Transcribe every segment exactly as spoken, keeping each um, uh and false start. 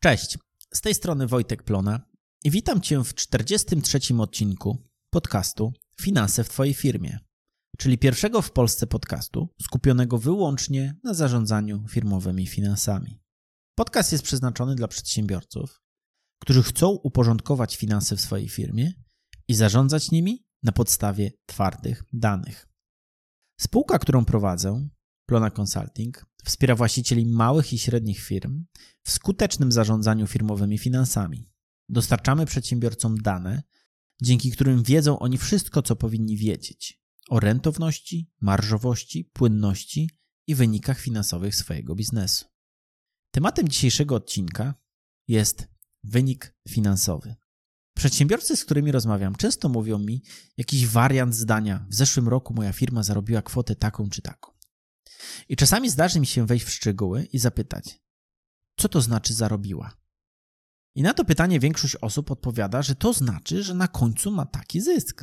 Cześć, z tej strony Wojtek Plona i witam Cię w czterdziestym trzecim odcinku podcastu Finanse w Twojej firmie, czyli pierwszego w Polsce podcastu skupionego wyłącznie na zarządzaniu firmowymi finansami. Podcast jest przeznaczony dla przedsiębiorców, którzy chcą uporządkować finanse w swojej firmie i zarządzać nimi na podstawie twardych danych. Spółka, którą prowadzę, Plona Consulting, wspiera właścicieli małych i średnich firm w skutecznym zarządzaniu firmowymi finansami. Dostarczamy przedsiębiorcom dane, dzięki którym wiedzą oni wszystko, co powinni wiedzieć o rentowności, marżowości, płynności i wynikach finansowych swojego biznesu. Tematem dzisiejszego odcinka jest wynik finansowy. Przedsiębiorcy, z którymi rozmawiam, często mówią mi jakiś wariant zdania: w zeszłym roku moja firma zarobiła kwotę taką czy taką. I czasami zdarzy mi się wejść w szczegóły i zapytać, co to znaczy zarobiła? I na to pytanie większość osób odpowiada, że to znaczy, że na końcu ma taki zysk.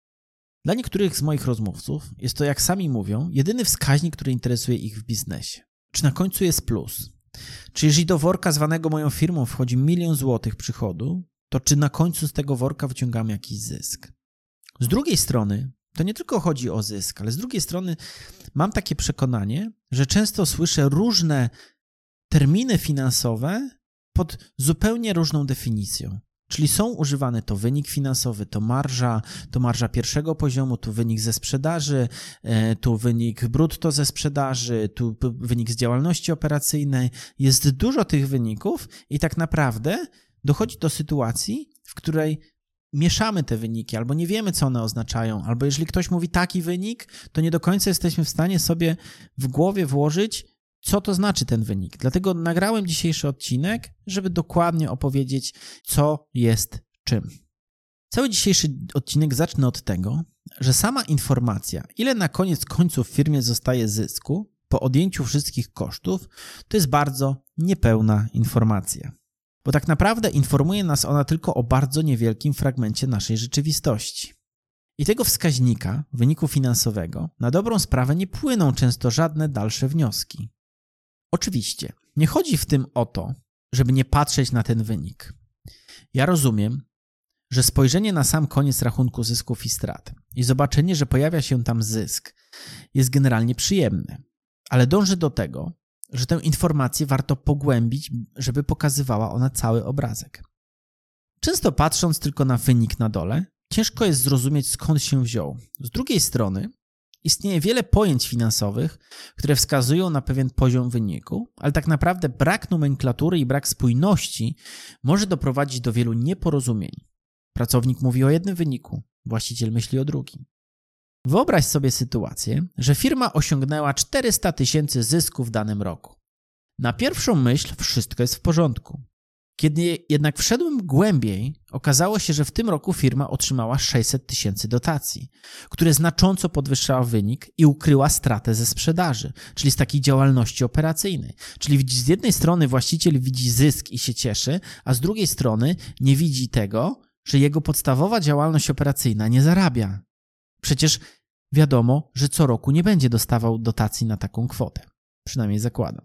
Dla niektórych z moich rozmówców jest to, jak sami mówią, jedyny wskaźnik, który interesuje ich w biznesie. Czy na końcu jest plus? Czy jeżeli do worka zwanego moją firmą wchodzi milion złotych przychodu, to czy na końcu z tego worka wyciągamy jakiś zysk? Z drugiej strony, to nie tylko chodzi o zysk, ale z drugiej strony mam takie przekonanie, że często słyszę różne terminy finansowe pod zupełnie różną definicją. Czyli są używane to wynik finansowy, to marża, to marża pierwszego poziomu, tu wynik ze sprzedaży, tu wynik brutto ze sprzedaży, tu wynik z działalności operacyjnej. Jest dużo tych wyników i tak naprawdę dochodzi do sytuacji, w której mieszamy te wyniki, albo nie wiemy, co one oznaczają, albo jeżeli ktoś mówi taki wynik, to nie do końca jesteśmy w stanie sobie w głowie włożyć, co to znaczy ten wynik. Dlatego nagrałem dzisiejszy odcinek, żeby dokładnie opowiedzieć, co jest czym. Cały dzisiejszy odcinek zacznę od tego, że sama informacja, ile na koniec końców w firmie zostaje zysku po odjęciu wszystkich kosztów, to jest bardzo niepełna informacja. Bo tak naprawdę informuje nas ona tylko o bardzo niewielkim fragmencie naszej rzeczywistości. I tego wskaźnika, wyniku finansowego, na dobrą sprawę nie płyną często żadne dalsze wnioski. Oczywiście, nie chodzi w tym o to, żeby nie patrzeć na ten wynik. Ja rozumiem, że spojrzenie na sam koniec rachunku zysków i strat i zobaczenie, że pojawia się tam zysk, jest generalnie przyjemne, ale dążę do tego, że tę informację warto pogłębić, żeby pokazywała ona cały obrazek. Często patrząc tylko na wynik na dole, ciężko jest zrozumieć, skąd się wziął. Z drugiej strony istnieje wiele pojęć finansowych, które wskazują na pewien poziom wyniku, ale tak naprawdę brak nomenklatury i brak spójności może doprowadzić do wielu nieporozumień. Pracownik mówi o jednym wyniku, właściciel myśli o drugim. Wyobraź sobie sytuację, że firma osiągnęła czterysta tysięcy zysku w danym roku. Na pierwszą myśl wszystko jest w porządku. Kiedy jednak wszedłem głębiej, okazało się, że w tym roku firma otrzymała sześćset tysięcy dotacji, które znacząco podwyższały wynik i ukryła stratę ze sprzedaży, czyli z takiej działalności operacyjnej. Czyli z jednej strony właściciel widzi zysk i się cieszy, a z drugiej strony nie widzi tego, że jego podstawowa działalność operacyjna nie zarabia. Przecież wiadomo, że co roku nie będzie dostawał dotacji na taką kwotę. Przynajmniej zakładam.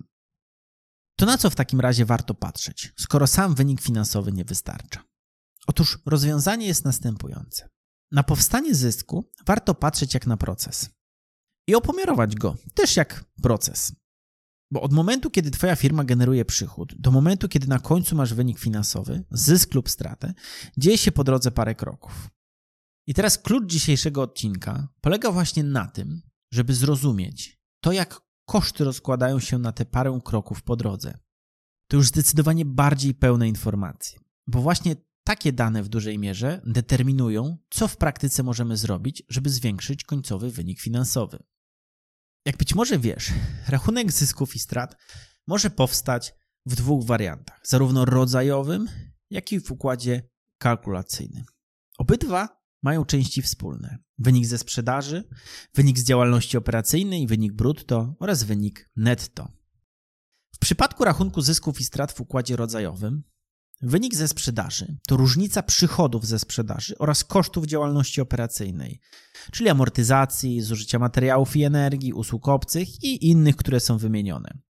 To na co w takim razie warto patrzeć, skoro sam wynik finansowy nie wystarcza? Otóż rozwiązanie jest następujące. Na powstanie zysku warto patrzeć jak na proces i opomiarować go też jak proces. Bo od momentu, kiedy twoja firma generuje przychód, do momentu, kiedy na końcu masz wynik finansowy, zysk lub stratę, dzieje się po drodze parę kroków. I teraz klucz dzisiejszego odcinka polega właśnie na tym, żeby zrozumieć to, jak koszty rozkładają się na te parę kroków po drodze. To już zdecydowanie bardziej pełne informacje, bo właśnie takie dane w dużej mierze determinują, co w praktyce możemy zrobić, żeby zwiększyć końcowy wynik finansowy. Jak być może wiesz, rachunek zysków i strat może powstać w dwóch wariantach, zarówno rodzajowym, jak i w układzie kalkulacyjnym. Obydwa mają części wspólne. Wynik ze sprzedaży, wynik z działalności operacyjnej, wynik brutto oraz wynik netto. W przypadku rachunku zysków i strat w układzie rodzajowym wynik ze sprzedaży to różnica przychodów ze sprzedaży oraz kosztów działalności operacyjnej, czyli amortyzacji, zużycia materiałów i energii, usług obcych i innych, które są wymienione.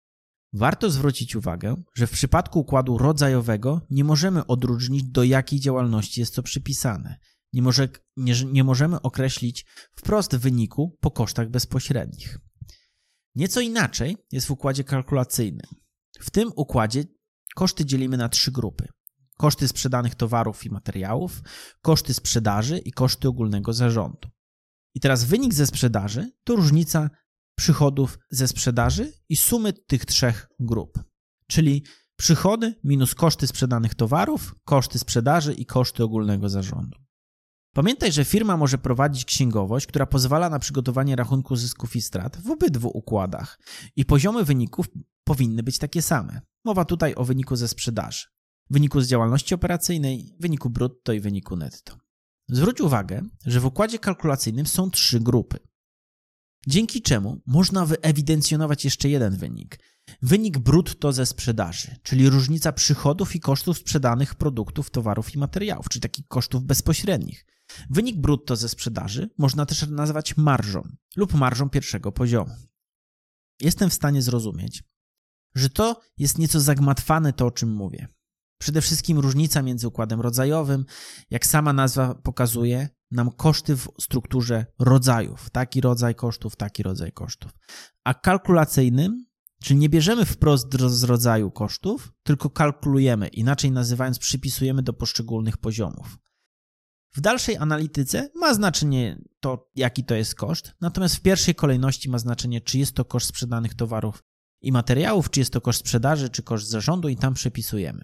Warto zwrócić uwagę, że w przypadku układu rodzajowego nie możemy odróżnić, do jakiej działalności jest to przypisane. Nie, może, nie, nie możemy określić wprost wyniku po kosztach bezpośrednich. Nieco inaczej jest w układzie kalkulacyjnym. W tym układzie koszty dzielimy na trzy grupy. Koszty sprzedanych towarów i materiałów, koszty sprzedaży i koszty ogólnego zarządu. I teraz wynik ze sprzedaży to różnica przychodów ze sprzedaży i sumy tych trzech grup. Czyli przychody minus koszty sprzedanych towarów, koszty sprzedaży i koszty ogólnego zarządu. Pamiętaj, że firma może prowadzić księgowość, która pozwala na przygotowanie rachunku zysków i strat w obydwu układach i poziomy wyników powinny być takie same. Mowa tutaj o wyniku ze sprzedaży, wyniku z działalności operacyjnej, wyniku brutto i wyniku netto. Zwróć uwagę, że w układzie kalkulacyjnym są trzy grupy, dzięki czemu można wyewidencjonować jeszcze jeden wynik. Wynik brutto ze sprzedaży, czyli różnica przychodów i kosztów sprzedanych produktów, towarów i materiałów, czyli takich kosztów bezpośrednich. Wynik brutto ze sprzedaży można też nazwać marżą lub marżą pierwszego poziomu. Jestem w stanie zrozumieć, że to jest nieco zagmatwane to, o czym mówię. Przede wszystkim różnica między układem rodzajowym, jak sama nazwa pokazuje, nam koszty w strukturze rodzajów. Taki rodzaj kosztów, taki rodzaj kosztów. A kalkulacyjnym, czyli nie bierzemy wprost z rodzaju kosztów, tylko kalkulujemy, inaczej nazywając, przypisujemy do poszczególnych poziomów. W dalszej analityce ma znaczenie to, jaki to jest koszt, natomiast w pierwszej kolejności ma znaczenie, czy jest to koszt sprzedanych towarów i materiałów, czy jest to koszt sprzedaży, czy koszt zarządu i tam przepisujemy.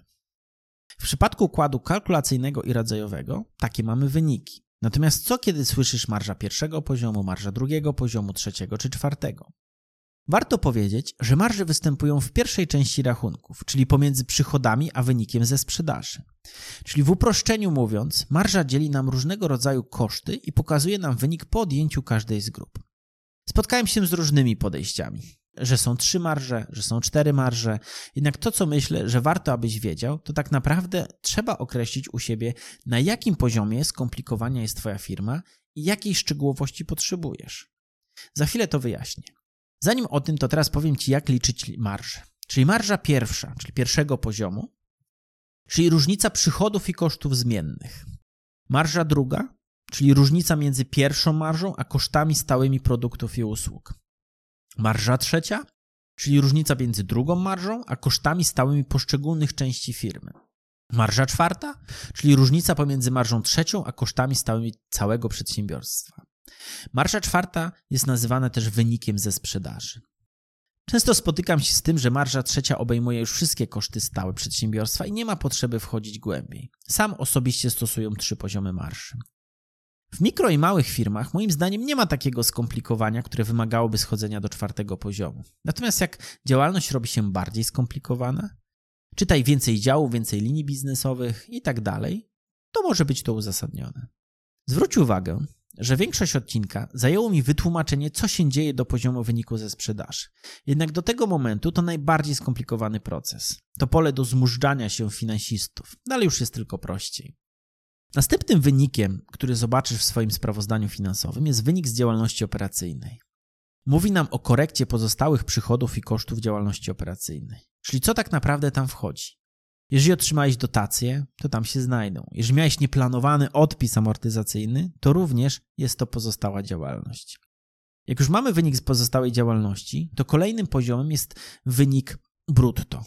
W przypadku układu kalkulacyjnego i rodzajowego takie mamy wyniki. Natomiast co kiedy słyszysz marża pierwszego poziomu, marża drugiego poziomu, trzeciego czy czwartego? Warto powiedzieć, że marże występują w pierwszej części rachunków, czyli pomiędzy przychodami a wynikiem ze sprzedaży. Czyli w uproszczeniu mówiąc, marża dzieli nam różnego rodzaju koszty i pokazuje nam wynik po odjęciu każdej z grup. Spotkałem się z różnymi podejściami, że są trzy marże, że są cztery marże, jednak to, co myślę, że warto, abyś wiedział, to tak naprawdę trzeba określić u siebie, na jakim poziomie skomplikowania jest Twoja firma i jakiej szczegółowości potrzebujesz. Za chwilę to wyjaśnię. Zanim o tym, to teraz powiem Ci, jak liczyć marżę. Czyli marża pierwsza, czyli pierwszego poziomu, czyli różnica przychodów i kosztów zmiennych. Marża druga, czyli różnica między pierwszą marżą a kosztami stałymi produktów i usług. Marża trzecia, czyli różnica między drugą marżą a kosztami stałymi poszczególnych części firmy. Marża czwarta, czyli różnica pomiędzy marżą trzecią a kosztami stałymi całego przedsiębiorstwa. Marża czwarta jest nazywana też wynikiem ze sprzedaży. Często spotykam się z tym, że marża trzecia obejmuje już wszystkie koszty stałe przedsiębiorstwa i nie ma potrzeby wchodzić głębiej. Sam osobiście stosuję trzy poziomy marży. W mikro i małych firmach moim zdaniem nie ma takiego skomplikowania, które wymagałoby schodzenia do czwartego poziomu. Natomiast jak działalność robi się bardziej skomplikowana, czytaj więcej działów, więcej linii biznesowych i tak dalej, to może być to uzasadnione. Zwróć uwagę, że większość odcinka zajęło mi wytłumaczenie, co się dzieje do poziomu wyniku ze sprzedaży. Jednak do tego momentu to najbardziej skomplikowany proces. To pole do zmużdżania się finansistów. Dalej już jest tylko prościej. Następnym wynikiem, który zobaczysz w swoim sprawozdaniu finansowym, jest wynik z działalności operacyjnej. Mówi nam o korekcie pozostałych przychodów i kosztów działalności operacyjnej. Czyli co tak naprawdę tam wchodzi. Jeżeli otrzymałeś dotacje, to tam się znajdą. Jeżeli miałeś nieplanowany odpis amortyzacyjny, to również jest to pozostała działalność. Jak już mamy wynik z pozostałej działalności, to kolejnym poziomem jest wynik brutto.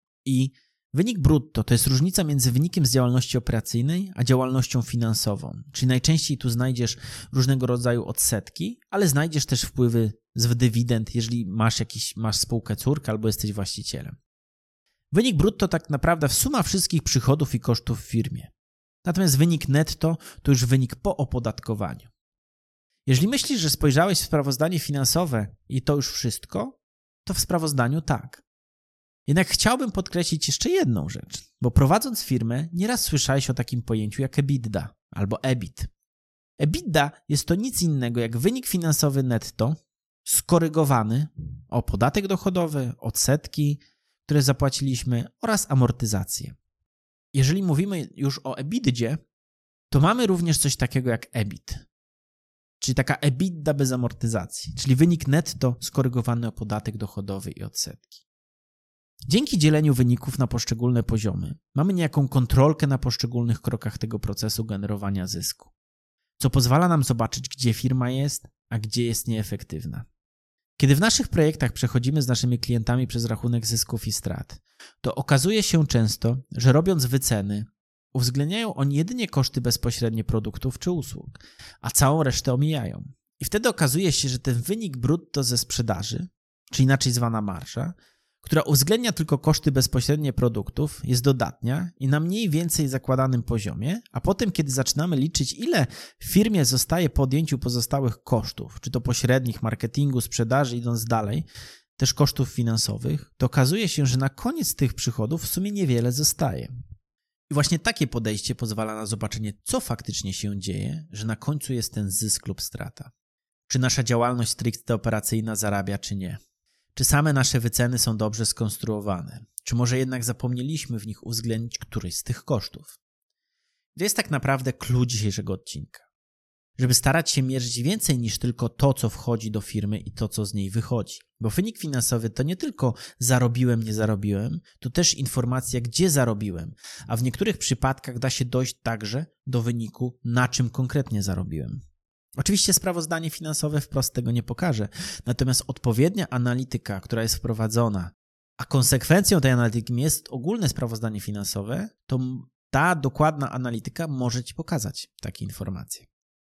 I wynik brutto to jest różnica między wynikiem z działalności operacyjnej a działalnością finansową. Czyli najczęściej tu znajdziesz różnego rodzaju odsetki, ale znajdziesz też wpływy z dywidend, jeżeli masz, jakiś, masz spółkę córkę albo jesteś właścicielem. Wynik brutto tak naprawdę suma wszystkich przychodów i kosztów w firmie. Natomiast wynik netto to już wynik po opodatkowaniu. Jeżeli myślisz, że spojrzałeś w sprawozdanie finansowe i to już wszystko, to w sprawozdaniu tak. Jednak chciałbym podkreślić jeszcze jedną rzecz, bo prowadząc firmę nieraz słyszałeś o takim pojęciu jak EBITDA albo E B I T. EBITDA jest to nic innego jak wynik finansowy netto skorygowany o podatek dochodowy, odsetki, które zapłaciliśmy oraz amortyzację. Jeżeli mówimy już o EBITDzie, to mamy również coś takiego jak E B I T, czyli taka EBITDA bez amortyzacji, czyli wynik netto skorygowany o podatek dochodowy i odsetki. Dzięki dzieleniu wyników na poszczególne poziomy mamy niejaką kontrolkę na poszczególnych krokach tego procesu generowania zysku, co pozwala nam zobaczyć, gdzie firma jest, a gdzie jest nieefektywna. Kiedy w naszych projektach przechodzimy z naszymi klientami przez rachunek zysków i strat, to okazuje się często, że robiąc wyceny, uwzględniają oni jedynie koszty bezpośrednie produktów czy usług, a całą resztę omijają. I wtedy okazuje się, że ten wynik brutto ze sprzedaży, czy inaczej zwana marża, która uwzględnia tylko koszty bezpośrednie produktów, jest dodatnia i na mniej więcej zakładanym poziomie, a potem, kiedy zaczynamy liczyć, ile w firmie zostaje po odjęciu pozostałych kosztów, czy to pośrednich, marketingu, sprzedaży, idąc dalej, też kosztów finansowych, to okazuje się, że na koniec tych przychodów w sumie niewiele zostaje. I właśnie takie podejście pozwala na zobaczenie, co faktycznie się dzieje, że na końcu jest ten zysk lub strata. Czy nasza działalność stricte operacyjna zarabia, czy nie? Czy same nasze wyceny są dobrze skonstruowane? Czy może jednak zapomnieliśmy w nich uwzględnić któryś z tych kosztów? To jest tak naprawdę klucz dzisiejszego odcinka. Żeby starać się mierzyć więcej niż tylko to, co wchodzi do firmy i to, co z niej wychodzi. Bo wynik finansowy to nie tylko zarobiłem, nie zarobiłem, to też informacja, gdzie zarobiłem, a w niektórych przypadkach da się dojść także do wyniku, na czym konkretnie zarobiłem. Oczywiście sprawozdanie finansowe wprost tego nie pokaże, natomiast odpowiednia analityka, która jest wprowadzona, a konsekwencją tej analityki jest ogólne sprawozdanie finansowe, to ta dokładna analityka może Ci pokazać takie informacje.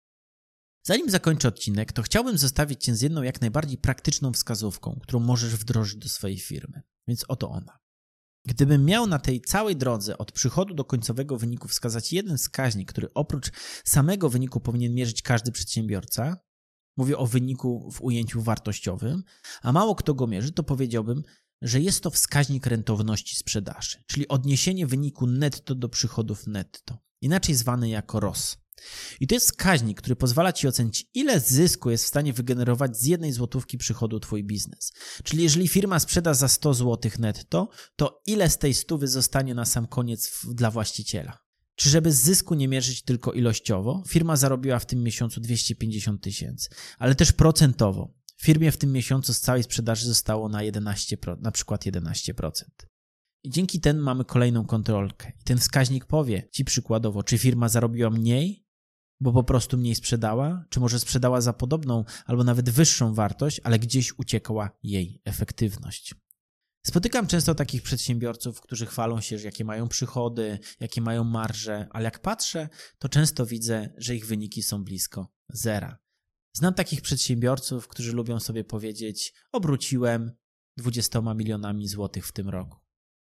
Zanim zakończę odcinek, to chciałbym zostawić Cię z jedną jak najbardziej praktyczną wskazówką, którą możesz wdrożyć do swojej firmy, więc oto ona. Gdybym miał na tej całej drodze od przychodu do końcowego wyniku wskazać jeden wskaźnik, który oprócz samego wyniku powinien mierzyć każdy przedsiębiorca, mówię o wyniku w ujęciu wartościowym, a mało kto go mierzy, to powiedziałbym, że jest to wskaźnik rentowności sprzedaży, czyli odniesienie wyniku netto do przychodów netto, inaczej zwany jako R O S. I to jest wskaźnik, który pozwala Ci ocenić, ile zysku jest w stanie wygenerować z jednej złotówki przychodu Twój biznes. Czyli jeżeli firma sprzeda za sto złotych netto, to ile z tej stówy zostanie na sam koniec w, dla właściciela? Czy żeby z zysku nie mierzyć tylko ilościowo, firma zarobiła w tym miesiącu dwieście pięćdziesiąt tysięcy, ale też procentowo. W firmie w tym miesiącu z całej sprzedaży zostało na jedenaście procent, na przykład jedenaście procent. I dzięki temu mamy kolejną kontrolkę. I ten wskaźnik powie Ci przykładowo, czy firma zarobiła mniej, bo po prostu mniej sprzedała, czy może sprzedała za podobną albo nawet wyższą wartość, ale gdzieś uciekła jej efektywność. Spotykam często takich przedsiębiorców, którzy chwalą się, że jakie mają przychody, jakie mają marże, ale jak patrzę, to często widzę, że ich wyniki są blisko zera. Znam takich przedsiębiorców, którzy lubią sobie powiedzieć: obróciłem dwudziestoma milionami złotych w tym roku.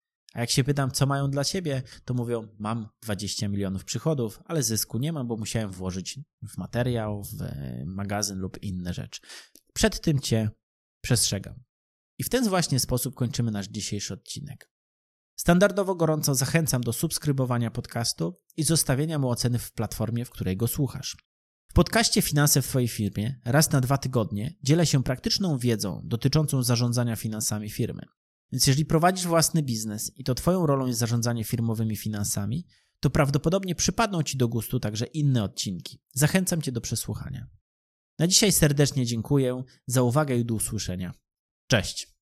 A jak się pytam, co mają dla Ciebie, to mówią: mam dwadzieścia milionów przychodów, ale zysku nie mam, bo musiałem włożyć w materiał, w magazyn lub inne rzeczy. Przed tym Cię przestrzegam. I w ten właśnie sposób kończymy nasz dzisiejszy odcinek. Standardowo gorąco zachęcam do subskrybowania podcastu i zostawienia mu oceny w platformie, w której go słuchasz. W podcaście Finanse w Twojej firmie raz na dwa tygodnie dzielę się praktyczną wiedzą dotyczącą zarządzania finansami firmy. Więc jeżeli prowadzisz własny biznes i to Twoją rolą jest zarządzanie firmowymi finansami, to prawdopodobnie przypadną Ci do gustu także inne odcinki. Zachęcam Cię do przesłuchania. Na dzisiaj serdecznie dziękuję za uwagę i do usłyszenia. Cześć!